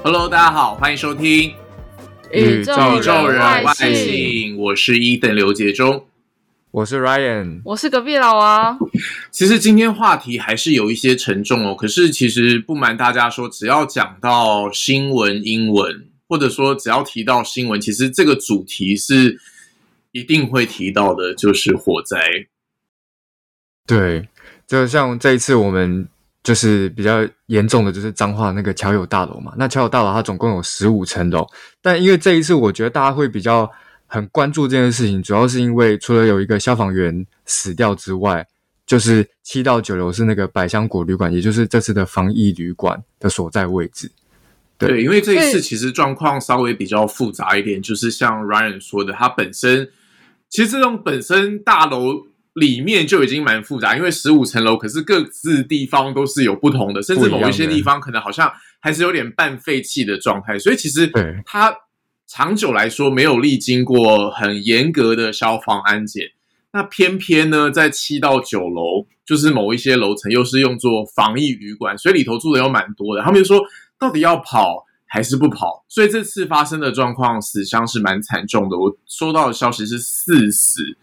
Hello， 大家好，欢迎收听宇宙人外星，我是Ethan刘杰忠， 我是 Ryan， 我是隔壁老王。 其实今天话题还是有一些沉重哦，可是其实不瞒大家说，只要讲到新闻英文，或者说只要提到新闻，其实这个主题是一定会提到的，就是火灾。 对，就像这一次我们就是比较严重的就是彰化那个侨友大楼嘛，那侨友大楼它总共有15层楼，但因为这一次我觉得大家会比较很关注这件事情，主要是因为除了有一个消防员死掉之外，就是7到9楼是那个百香果旅馆，也就是这次的防疫旅馆的所在位置。 对，因为这一次其实状况稍微比较复杂一点，就是像 Ryan 说的，它本身其实这种本身大楼里面就已经蛮复杂，因为15层楼，可是各自地方都是有不同的，甚至某一些地方可能好像还是有点半废弃的状态，所以其实它长久来说没有历经过很严格的消防安检。那偏偏呢，在7到9楼，就是某一些楼层又是用作防疫旅馆，所以里头住的有蛮多的。他们就说，到底要跑还是不跑？所以这次发生的状况，死伤是蛮惨重的。我收到的消息是4死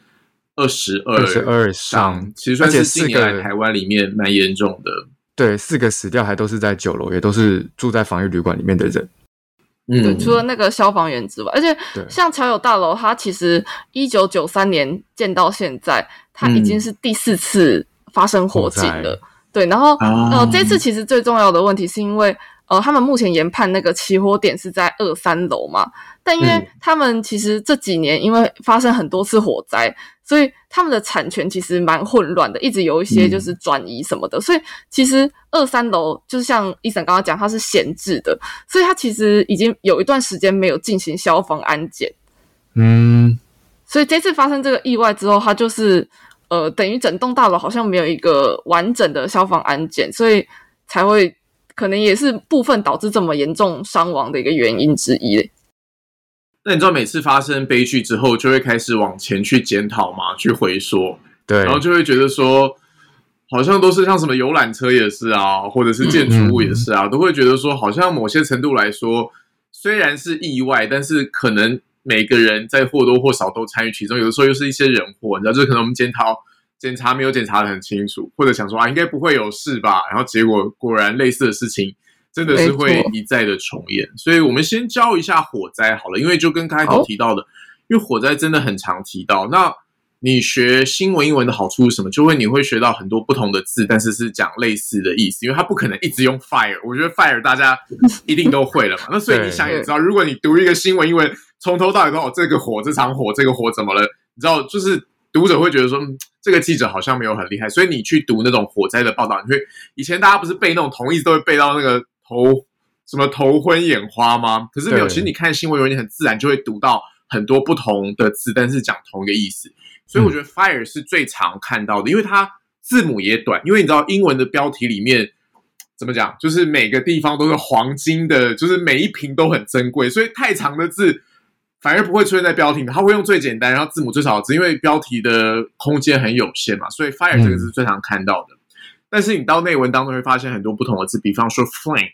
22伤，其实算是近年来台湾里面蛮严重的。 对，4个死掉还都是在9楼，也都是住在防疫旅馆里面的人。 对，除了那个消防员之外，而且像侨友大楼，它其实1993年建到现在，它已经是第4次发生火警了。对，然后这次其实最重要的问题是因为他们目前研判那个起火点是在2、3楼嘛，但因为他们其实这几年因为发生很多次火灾，所以他们的产权其实蛮混乱的，一直有一些就是转移什么的，所以其实2、3楼就是像医生刚刚讲，它是闲置的，所以它其实已经有一段时间没有进行消防安检。所以这次发生这个意外之后，它就是等于整栋大楼好像没有一个完整的消防安检，所以才会可能也是部分导致这么严重伤亡的一个原因之一。 那你知道每次发生悲剧之后，就会开始往前去检讨嘛，去回溯， 对， 然后就会觉得说，好像都是像什么游览车也是啊，或者是建筑物也是啊，都会觉得说，好像某些程度来说，虽然是意外，但是可能每个人在或多或少都参与其中，有的时候又是一些人祸，你知道，就是可能我们检查没有检查得很清楚，或者想说应该不会有事吧，然后结果果然类似的事情真的是会一再的重演。所以我们先教一下火灾好了，因为就跟开头提到的，因为火灾真的很常提到。那你学新闻英文的好处是什么？就会你会学到很多不同的字，但是是讲类似的意思，因为它不可能一直用 fire， 我觉得 fire 大家一定都会了嘛。那所以你想也知道，如果你读一个新闻英文从头到尾都这个火，这场火，这个火怎么了，你知道，就是读者会觉得说这个记者好像没有很厉害，所以你去读那种火灾的报道，你会以前大家不是背那种同义都会背到那个头昏眼花吗？可是没有，其实你看新闻，你很自然就会读到很多不同的字，但是讲同一个意思。所以我觉得 fire 是最常看到的，因为它字母也短，因为你知道英文的标题里面怎么讲，就是每个地方都是黄金的，就是每一瓶都很珍贵，所以太长的字反而不会出现在标题，它会用最简单，然后字母最少的字，因为标题的空间很有限嘛，所以 fire 这个是最常看到的。但是你到内文当中会发现很多不同的字，比方说 flame，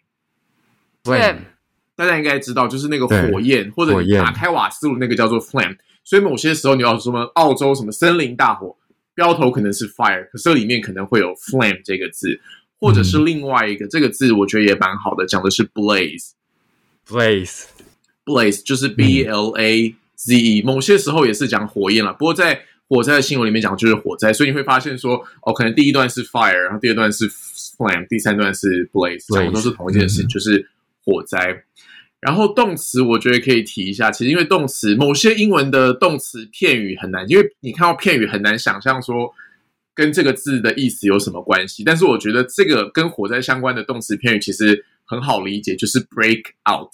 大家应该知道，就是那个火焰，或者你打开瓦斯炉那个叫做 flame。所以某些时候你要什么澳洲什么森林大火，标头可能是 fire， 可是里面可能会有 flame 这个字，或者是另外一个这个字，我觉得也蛮好的，讲的是 blaze。blaze 就是 B-L-A-Z-E， 某些时候也是讲火焰了，不过在火灾的新闻里面讲就是火灾，所以你会发现说，可能第一段是 fire， 然后第二段是 flame， 第三段是 blaze， 讲的都是同一件事，就是火灾。然后动词我觉得可以提一下，其实因为动词某些英文的动词片语很难，因为你看到片语很难想象说跟这个字的意思有什么关系，但是我觉得这个跟火灾相关的动词片语其实很好理解，就是 break out。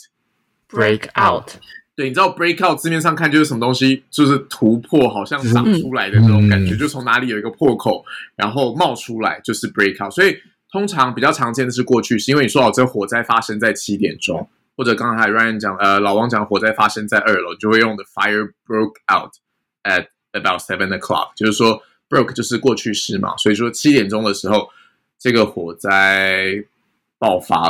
对，你知道 break out 字面上看就是什么东西，就是突破，好像长出来的那种感觉，就从哪里有一个破口然后冒出来，就是 break out。 所以通常比较常见的是过去式，因为你说这火灾发生在7点钟，或者刚才 Ryan 讲老王讲火灾发生在2楼，就会用的 fire broke out at about 7 o'clock， 就是说 broke 就是过去式嘛，所以说7点钟的时候这个火灾爆发了。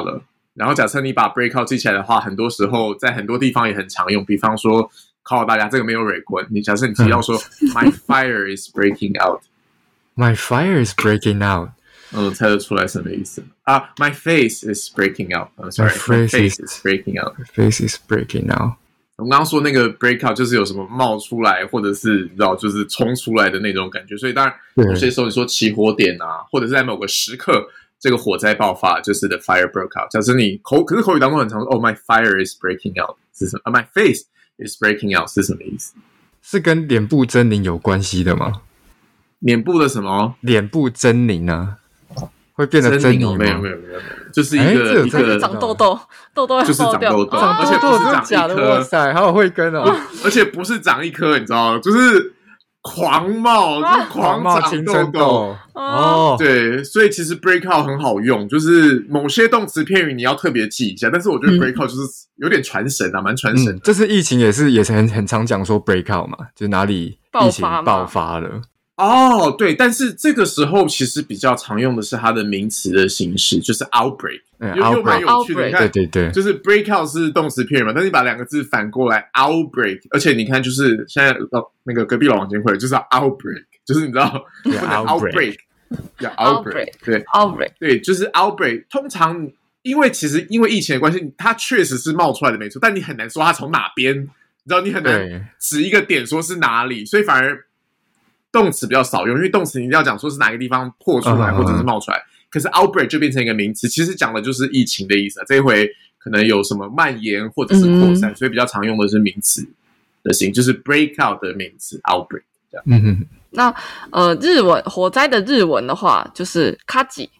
然后假设你把 breakout 记起来的话，很多时候在很多地方也很常用，比方说考大家这个没有蕊过，你假设你提到说My fire is breaking out， My fire is breaking out， 猜得出来什么意思啊 ？My face is breaking out， sorry， My face is breaking out， My face is breaking out。 我们刚刚说那个 breakout 就是有什么冒出来，或者是你知道就是冲出来的那种感觉，所以当然有些时候你说起火点啊，或者是在某个时刻这个火灾爆发，就是 the fire broke out。假设你可是口语当中很常说my fire is breaking out 是什么？My face is breaking out 是什么意思？ 是跟脸部狰狞有关系的吗？ 脸部的什么？ 脸部狰狞啊，会变得狰狞吗？ 没有，就是一个长痘痘，痘痘就是长痘痘，而且不是长一颗， 哇塞，好有慧根哦！ 而且不是长一颗，你知道吗？就是狂冒，就是狂长痘痘哦。 对，所以其实 breakout 很好用，就是某些动词片语你要特别记一下。但是我觉得 breakout 就是有点传神啊，蛮传神的。 这次疫情也是很常讲说 breakout 嘛，就哪里疫情爆发了。 哦，对，但是这个时候其实比较常用的是它的名词的形式，就是 outbreak， 又蛮有趣的。你看， 对， 就是 breakout 是动词片语嘛，但是你把两个字反过来 outbreak， 而且你看，就是现在那个隔壁老王监会就是 outbreak， 就是你知道不能 outbreak， 要 outbreak， 对 outbreak， 对，就是 outbreak。通常因为疫情的关系，它确实是冒出来的没错，但你很难说它从哪边，你知道，你很难指一个点说是哪里，所以反而动词比较少用，因为动词你一定要讲说是哪个地方破出来或者是冒出来。可是 outbreak 就变成一个名词，其实讲的就是疫情的意思啊。这一回可能有什么蔓延或者是扩散，所以比较常用的是名词的形，就是 breakout 的名词 outbreak 这样。 那日文火灾的日文的话就是卡吉，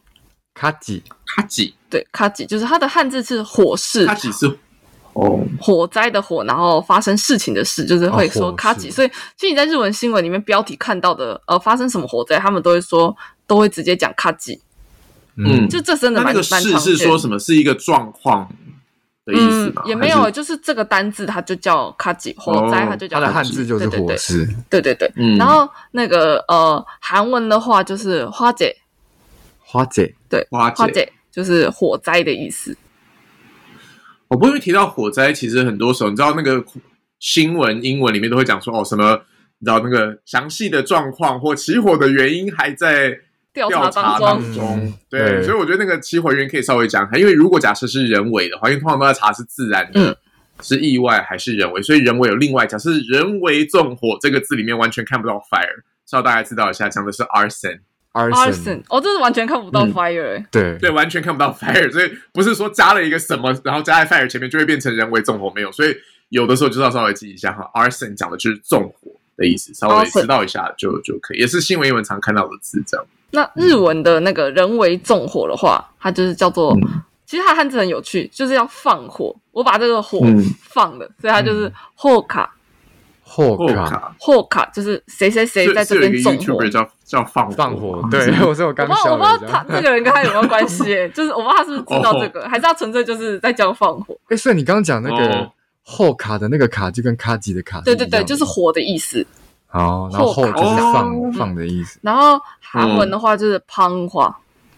对，卡吉就是它的汉字是火势， 卡吉是火灾的火，然后发生事情的事，就是会说卡吉。所以其实你在日文新闻里面标题看到的发生什么火灾，他们都会直接讲卡吉。就这真的蛮常见。 那个事是说什么？是一个状况的意思吗？ 也没有，就是这个单字它就叫卡吉，火灾它就叫卡吉， 它的汉字就是火势。 对。然后那个韩文的话就是花姐，对，花姐就是火灾的意思。 我不会提到火灾，其实很多时候你知道那个新闻英文里面都会讲说什么，你知道那个详细的状况或起火的原因还在调查当中。对，所以我觉得那个起火原因可以稍微讲一下，因为如果假设是人为的话，因为通常都在查是自然的，是意外还是人为，所以人为有另外假设是人为纵火这个字里面完全看不到 fire， 稍微大家知道一下，讲的是 arson， 这是完全看不到 fire， 对，完全看不到 fire， 所以不是说加了一个什么，然后加在 fire 前面就会变成人为纵火，没有，所以有的时候就是要稍微记一下哈 ，arson 讲的就是纵火的意思，稍微知道一下就可以，也是新闻英文常看到的字这样。 那日文的那个人为纵火的话，它就是叫做，其实它汉字很有趣，就是要放火，我把这个火放了，所以它就是后卡。后卡就是谁在这边纵火， 叫放火。 对，我说我刚笑了。 我不知道他这个人跟他有没有关系就是我不知道他是不是知道这个，还是他纯粹就是在教放火。 所以你刚刚讲那个后卡的那个卡就跟卡吉的卡是一样的， 对，就是火的意思。 然后后就是放的意思。 然后韩文的话就是팡화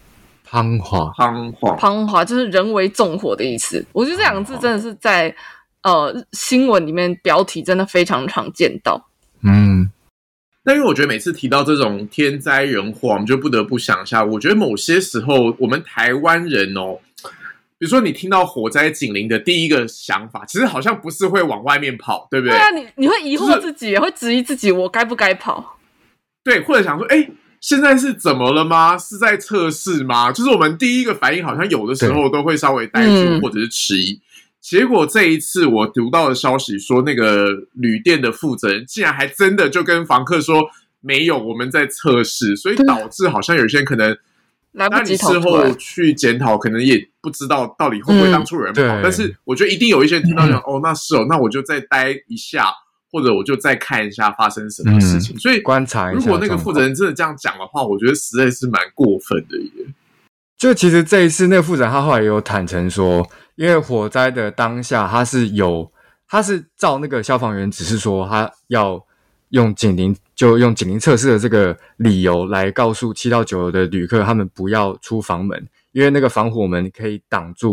就是人为纵火的意思。我觉得这两个字真的是在新闻里面标题真的非常常见到。 那因为我觉得每次提到这种天灾人祸，我们就不得不想一下，我觉得某些时候我们台湾人比如说你听到火灾警铃的第一个想法，其实好像不是会往外面跑，对不对？ 对啊，你会疑惑自己，会质疑自己，我该不该跑？ 对，或者想说，现在是怎么了吗？是在测试吗？就是我们第一个反应好像有的时候都会稍微呆住或者是迟疑。结果这一次我读到的消息说，那个旅店的负责人竟然还真的就跟房客说没有，我们在测试，所以导致好像有些人可能来不及事后去检讨，可能也不知道到底会不会当初有人跑。但是我觉得一定有一些人听到讲那是那我就再待一下，或者我就再看一下发生什么事情。所以观察一下， 如果那个负责人真的这样讲的话，我觉得实在是蛮过分的耶。 就其实这一次那个负责人他后来也有坦诚说，因为火灾的当下他是照那个消防员只是说他要用警铃测试的这个理由来告诉7到9楼的旅客他们不要出房门，因为那个防火门可以挡住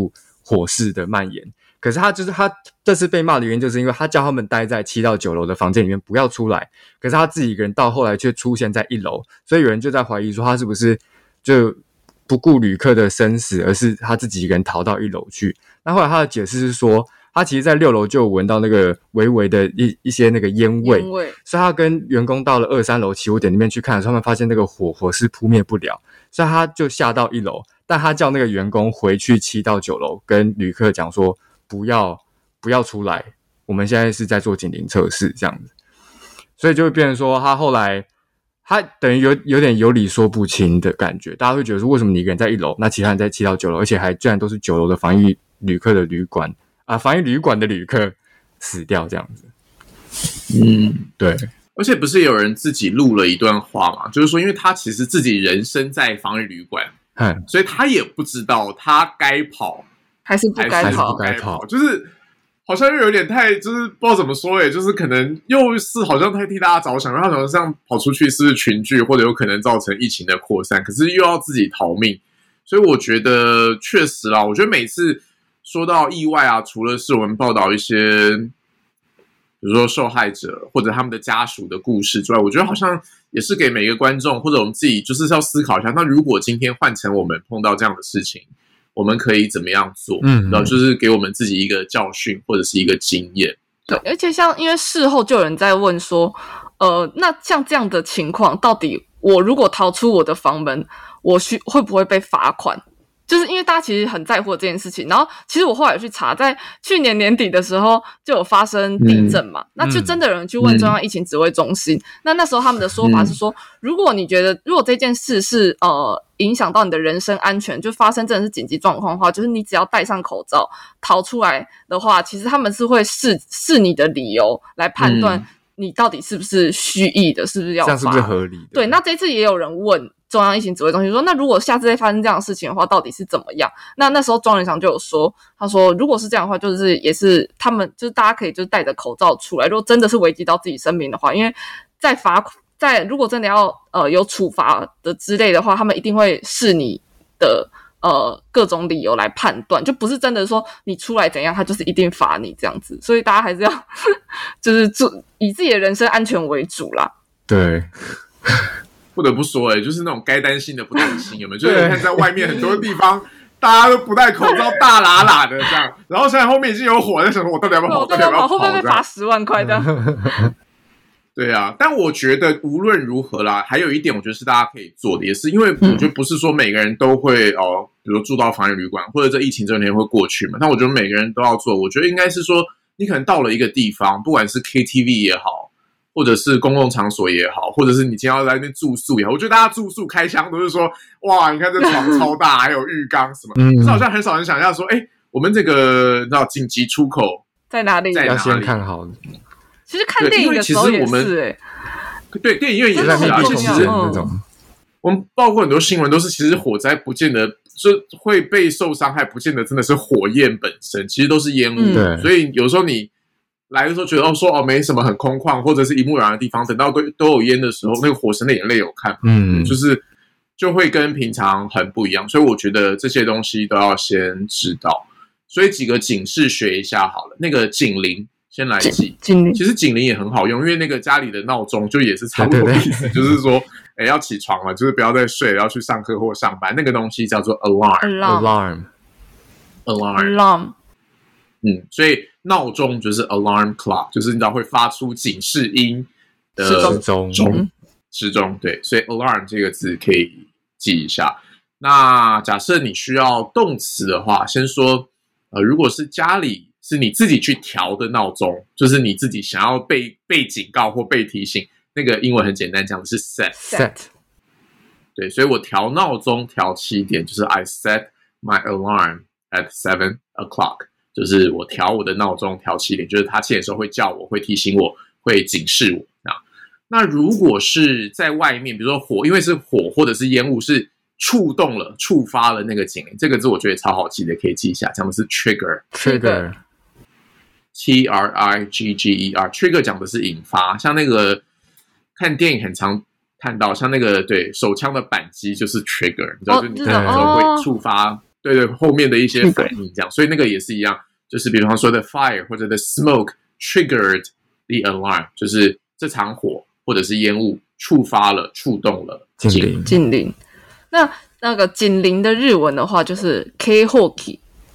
火势的蔓延。可是他这次被骂的原因，就是因为他叫他们待在7到9楼的房间里面不要出来，可是他自己一个人到后来却出现在1楼，所以有人就在怀疑说他是不是就不顾旅客的生死，而是他自己一个人逃到1楼去。那后来他的解释是说，他其实在6楼就有闻到那个微微的一些那个烟味，所以他跟员工到了2、3楼起火点那边去看的时候，他们发现那个火势扑灭不了，所以他就下到1楼，但他叫那个员工回去7到9楼跟旅客讲说不要出来，我们现在是在做警铃测试这样子。所以就会变成说他后来他等于有点有理说不清的感觉，大家会觉得说为什么你一个人在1楼，那其他人在7到9楼，而且还居然都是9楼的防疫旅客的旅馆防疫旅馆的旅客死掉这样子。对。 而且不是有人自己录了一段话嘛，就是说因为他其实自己人生在防疫旅馆，所以他也不知道他该跑还是不该跑，就是好像又有点太，就是不知道怎么说就是可能又是好像太替大家着想，因为他好像这样跑出去是群聚，或者有可能造成疫情的扩散，可是又要自己逃命，所以我觉得确实啦，我觉得每次说到意外啊，除了是我们报道一些比如说受害者或者他们的家属的故事之外，我觉得好像也是给每个观众或者我们自己就是要思考一下，那如果今天换成我们碰到这样的事情，我们可以怎么样做？然后就是给我们自己一个教训或者是一个经验。 对，而且因为事后就有人在问说，那像这样的情况，到底我如果逃出我的房门，我会不会被罚款？就是因为大家其实很在乎这件事情，然后其实我后来去查，在去年年底的时候就有发生地震嘛，那就真的有人去问中央疫情指挥中心，那时候他们的说法是说，如果你觉得如果这件事是影响到你的人身安全，就发生真的是紧急状况的话，就是你只要戴上口罩逃出来的话，其实他们是会视你的理由来判断你到底是不是蓄意的，是不是要罚， 这样是不是合理的？ 对，那这次也有人问中央疫情指挥中心说，那如果下次再发生这样的事情的话，到底是怎么样？那时候庄人祥就有说，他说如果是这样的话，就是也是他们就是大家可以就是戴着口罩出来，如果真的是危及到自己生命的话，因为如果真的要有处罚的之类的话，他们一定会视你的各种理由来判断，就不是真的说你出来怎样，他就是一定罚你这样子。所以大家还是要就是以自己的人身安全为主啦。 对。 不得不说就是那种该担心的不担心，有没有？就是你看在外面很多地方大家都不戴口罩大喇喇的这样，然后现在后面已经有火在想说我到底要不要跑， 会不会被罚10万块这样？ 对啊，但我觉得无论如何啦，还有一点我觉得是大家可以做的，也是因为我觉得不是说每个人都会比如住到防疫旅馆，或者这疫情这2年会过去嘛，但我觉得每个人都要做。我觉得应该是说你可能到了一个地方，不管是 KTV 也好，或者是公共场所也好，或者是你今天要在那边住宿也好，我觉得大家住宿开箱都是说哇你看这床超大还有浴缸什么，可是好像很少人想一下说我们这个你知道紧急出口在哪里要先看好。 其实看电影的时候也是对，电影院也是而且其实我们包括很多新闻都是，其实火灾不见得就会被受伤害，不见得真的是火焰本身，其实都是烟雾。所以有时候你来的时候觉得说没什么很空旷，或者是一目了然的地方，等到都有烟的时候，那个火神的眼泪有看，就是就会跟平常很不一样。所以我觉得这些东西都要先知道。所以几个警示学一下好了，那个警铃先来记。其实警铃也很好用，因为那个家里的闹钟就也是差不多的意思，就是说要起床了，就是不要再睡了，要去上课或上班。那个东西叫做 alarm。所以闹钟就是 alarm clock， 就是你知道会发出警示音的时钟。对，所以 alarm 这个字可以记一下。那假设你需要动词的话，先说如果是家里是你自己去调的闹钟，就是你自己想要被警告或被提醒，那个英文很简单，讲的是 set。对，所以我调闹钟调7点，就是 I set my alarm at 7 o'clock， 就是我调我的闹钟调7点，就是他7点的时候会叫我，会提醒我，会警示我。那如果是在外面，比如说火，因为是火或者是烟雾，是触发了那个警铃，这个字我觉得超好记的，可以记一下，讲的是 trigger Trigger 讲的是引发，像那个看电影很常看到，像那个对手枪的扳机就是 trigger， 你知道，就你看的时候会触发对后面的一些反应这样，所以那个也是一样，就是比方说的 fire 或者的 smoke triggered the alarm， 就是这场火或者是烟雾触动了警铃。那个警铃的日文的话就是 Keihoki，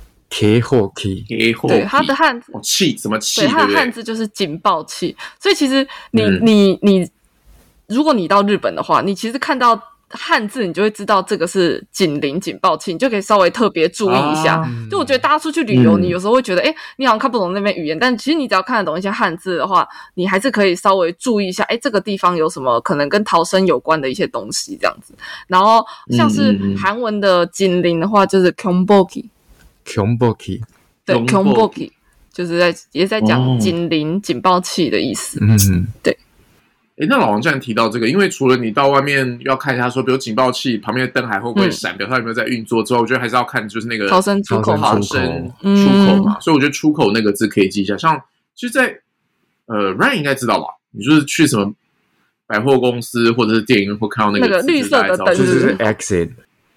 对，它的汉字气什么气， 对，它的汉字就是警报器。所以其实你如果你到日本的话，你其实看到汉字，你就会知道这个是警铃警报器，你就可以稍微特别注意一下。就我觉得大家出去旅游，你有时候会觉得，你好像看不懂那边语言，但其实你只要看得懂一些汉字的话，你还是可以稍微注意一下，这个地方有什么可能跟逃生有关的一些东西这样子。然后像是韩文的警铃的话，就是 kyongboki， 对 kyongboki， 就是也在讲警铃警报器的意思。对。 那老王既然提到这个，因为除了你到外面要看一下说，比如警报器旁边的灯还会不会闪，表示它有没有在运作之后，我觉得还是要看就是那个逃生出口嘛，所以我觉得出口那个字可以记一下。像其实在Ryan 应该知道吧？你就是去什么百货公司或者是电影院会看到那个绿色的灯， 就是 exit，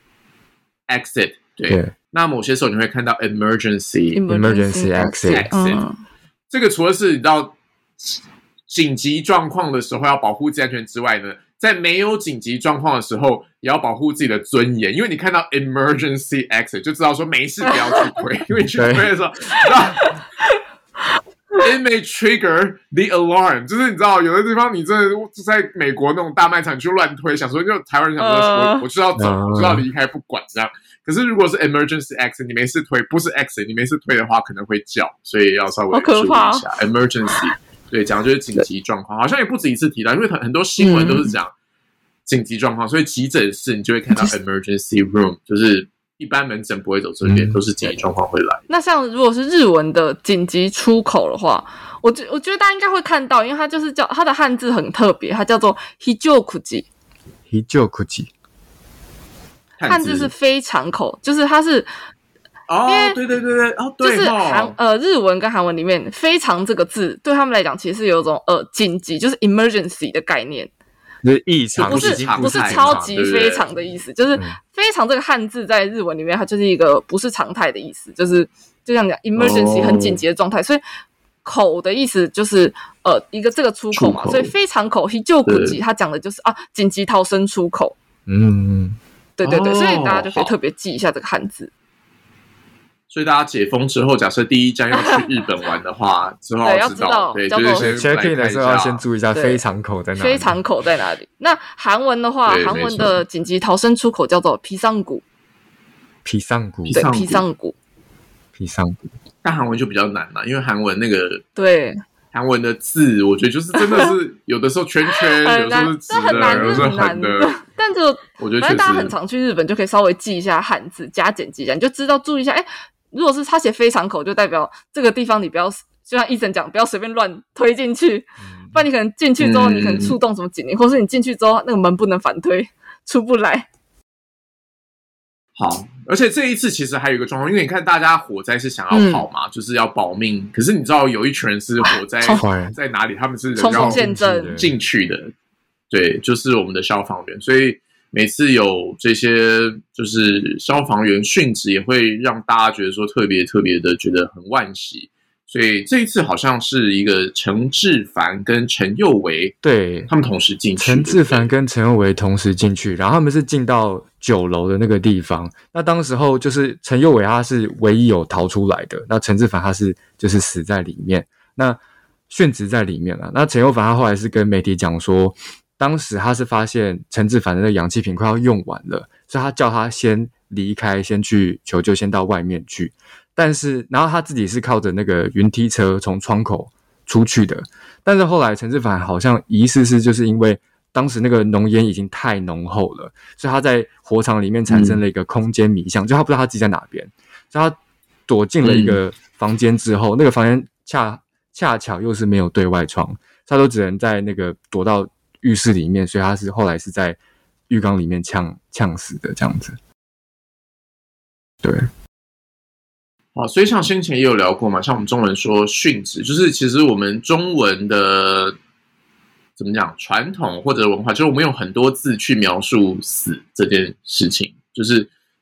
对。那某些时候你会看到 emergency exit， 这个除了是你知道紧急状况的时候要保护自己安全之外呢，在没有紧急状况的时候也要保护自己的尊严，因为你看到 emergency exit 就知道说没事不要去推，因为去推的时候it may trigger the alarm， 就是你知道有的地方你真的在美国那种大卖场你去乱推，想说就台湾人想说我就要走，我就要离开不管这样。可是如果是 emergency exit 你没事推，不是 exit 你没事推的话可能会叫，所以要稍微注意一下 emergency。对，讲的就是紧急状况，好像也不止一次提到，因为很多新闻都是讲紧急状况，所以急诊室你就会看到 emergency room， 就是一般门诊不会走这边，都是紧急状况会来。 那像如果是日文的紧急出口的话，我觉得大家应该会看到，因为它就是叫它的汉字很特别，它叫做 hijokuji， 汉字是非常口，就是它是。 对， 就是日文跟韩文里面非常这个字对他们来讲其实是有一种紧急，就是 emergency 的概念， 就是异常， 不是超级非常的意思，就是非常这个汉字在日文里面它就是一个不是常态的意思，就是就像讲 emergency 很紧急的状态，所以口的意思就是一个这个出口嘛，所以非常口 hijokuji 它讲的就是紧急逃生出口。对，所以大家就可以特别记一下这个汉字。 所以大家解封之后，假设第一站要去日本玩的话，之后要知道，对，就是先 check in 的时候要先注意一下非常口在哪里。 非常口在哪里？那韩文的话，韩文的紧急逃生出口叫做皮桑谷。对，皮桑谷。 但韩文就比较难了，因为韩文那个对韩文的字，我觉得就是真的是有的时候圈圈，有的时候是直的，有的时候横的。 但就我觉得反正大家很常去日本，就可以稍微记一下汉字，加减记一下，你就知道注意一下。如果是他写非常口，就代表这个地方你不要，就像医生讲，不要随便乱推进去，不然你可能进去之后，你可能触动什么警铃，或是你进去之后那个门不能反推，出不来。 好，而且这一次其实还有一个状况，因为你看大家火灾是想要跑嘛，就是要保命，可是你知道有一群人是火灾在哪里，他们是人要进去的，对，就是我们的消防员，所以每次有这些就是消防员殉职，也会让大家觉得说特别的觉得很惋惜。所以这一次好像是一个陈志凡跟陈佑维， 对， 他们同时进去。 陈志凡跟陈佑维同时进去，然后他们是进到9楼的那个地方。那当时候就是陈佑维他是唯一有逃出来的，那陈志凡他是就是死在里面，那殉职在里面了。那陈佑凡他后来是跟媒体讲说，当时他是发现陈志凡的那个氧气瓶快要用完了，所以他叫他先离开，先去求救，先到外面去。但是然后他自己是靠着那个云梯车从窗口出去的，但是后来陈志凡好像疑似是就是因为当时那个浓烟已经太浓厚了，所以他在火场里面产生了一个空间迷象，就他不知道他自己在哪边，所以他躲进了一个房间之后，那个房间恰巧又是没有对外窗，他都只能在那个躲到浴室里面，所以他是后来是在浴缸里面呛死的这样子。对， 好，所以像先前也有聊过嘛，像我们中文说殉职，就是其实我们中文的怎么讲传统或者文化，就是我们用很多字去描述死这件事情，就是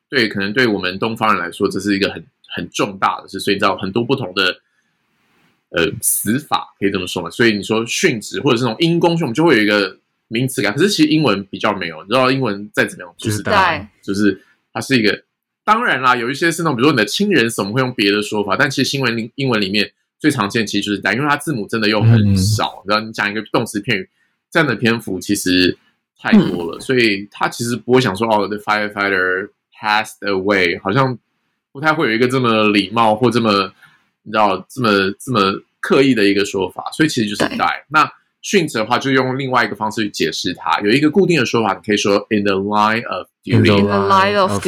可能对我们东方人来说，这是一个很重大的事，所以你知道很多不同的死法可以这么说嘛。所以你说殉职或者是那种因公殉，我们就会有一个名词感。可是其实英文比较没有，你知道英文再怎么样就是die，就是它是一个。当然啦，有一些是那种比如说你的亲人死，我们会用别的说法，但其实英文里面最常见其实就是 die， 因为它字母真的又很少，然后你讲一个动词片语占的篇幅其实太多了，所以他其实不会想说哦 ，the firefighter passed away， 好像不太会有一个这么礼貌或这么你知道这么刻意的一个说法，所以其实就是 die。那殉职的话，就用另外一个方式去解释它，有一个固定的说法，你可以说 in the line of duty。in the line of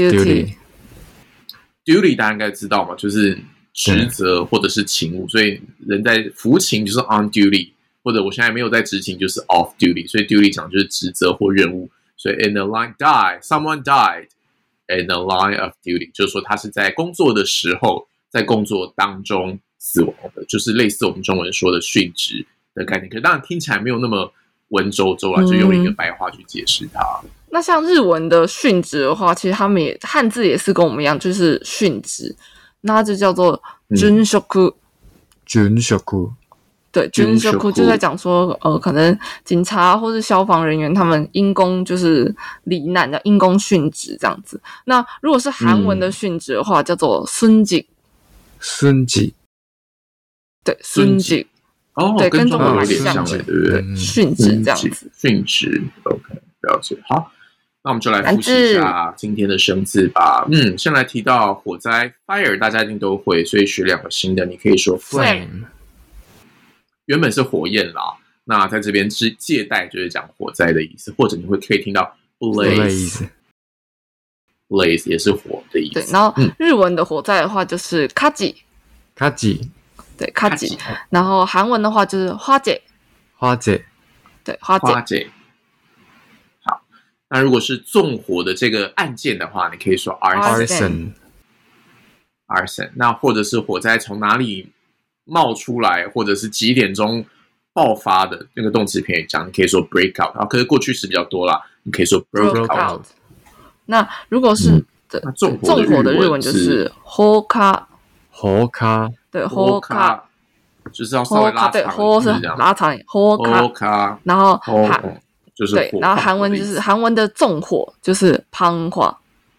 duty。duty 大家应该知道嘛，就是职责或者是勤务，所以人在服勤就是 on duty， 或者我现在没有在执勤就是 off duty， 所以 duty 讲就是职责或任务。所以 in the line someone died in the line of duty， 就是说他是在工作的时候，在工作当中死亡的，就是类似我们中文说的殉职的概念。可是当然听起来没有那么文绉绉啦，就用一个白话去解释它。 那像日文的殉职的话，其实他们汉字也是跟我们一样，就是殉职，那它就叫做殉職。 殉職。 对，殉職就在讲说，可能警察或是消防人员他们因公就是罹难的，因公殉职这样子。那如果是韩文的殉职的话，叫做殉職。 殉職。 对，殉職。 哦， 对，跟中文有点像，对不对？ 殉职这样子。 殉职 ，OK， 了解。好，那我们就来复习一下今天的生字吧。先来提到火灾 ，fire， 大家一定都会，所以学两个新的，你可以说 flame。原本是火焰啦，那在这边借代就是讲火灾的意思，或者你可以听到 blaze 也是火的意思。 对，然后日文的火灾的话就是火事。对，火事。然后韩文的话就是花姐。对，花姐。 好，那如果是纵火的这个案件的话，你可以说 arson。那或者是火灾从哪里冒出来，或者是几点钟爆发的那个动词片语讲，你可以说 break out。然后可是过去时比较多啦，你可以说 broke out。 那如果是纵火的日文就是火卡。对，火卡就是要稍微拉长， 对，火是拉长，火卡。然后就是对，然后韩文就是韩文的纵火就是방화。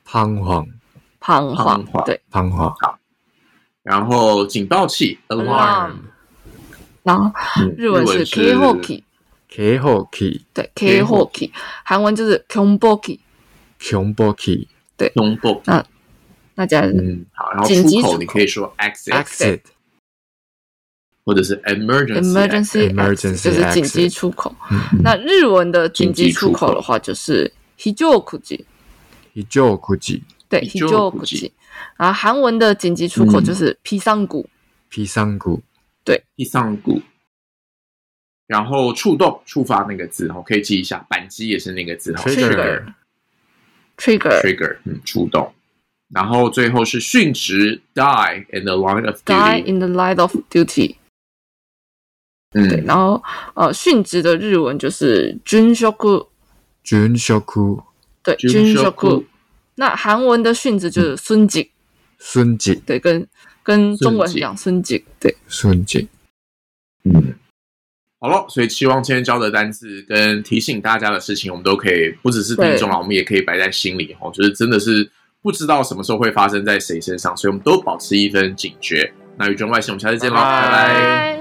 对， 방화。 好。然后警报器 alarm， 然后日文是 警報器。对，警報器。韩文就是경보器。对， 경보。 那加好，然后出口你可以说 exit， 或者是 emergency， 就是紧急出口。那日文的紧急出口的话就是非常口。对，非常口。然后韩文的紧急出口就是비상구。对， 비상구。然后触动触发那个字可以记一下，扳机也是那个字 trigger。 触动。然后最后是殉职 die in the line of duty。对，然后殉职的日文就是殉職。对，殉職。那韩文的殉职就是殉職。对，跟中文一样，殉職。对， 殉職。 好了，所以希望今天教的单字跟提醒大家的事情，我们都可以不只是听众啦，我们也可以摆在心里就是真的是不知道什么时候会发生在谁身上，所以我们都保持一份警觉。那语中外星，我们下次见喽，拜拜。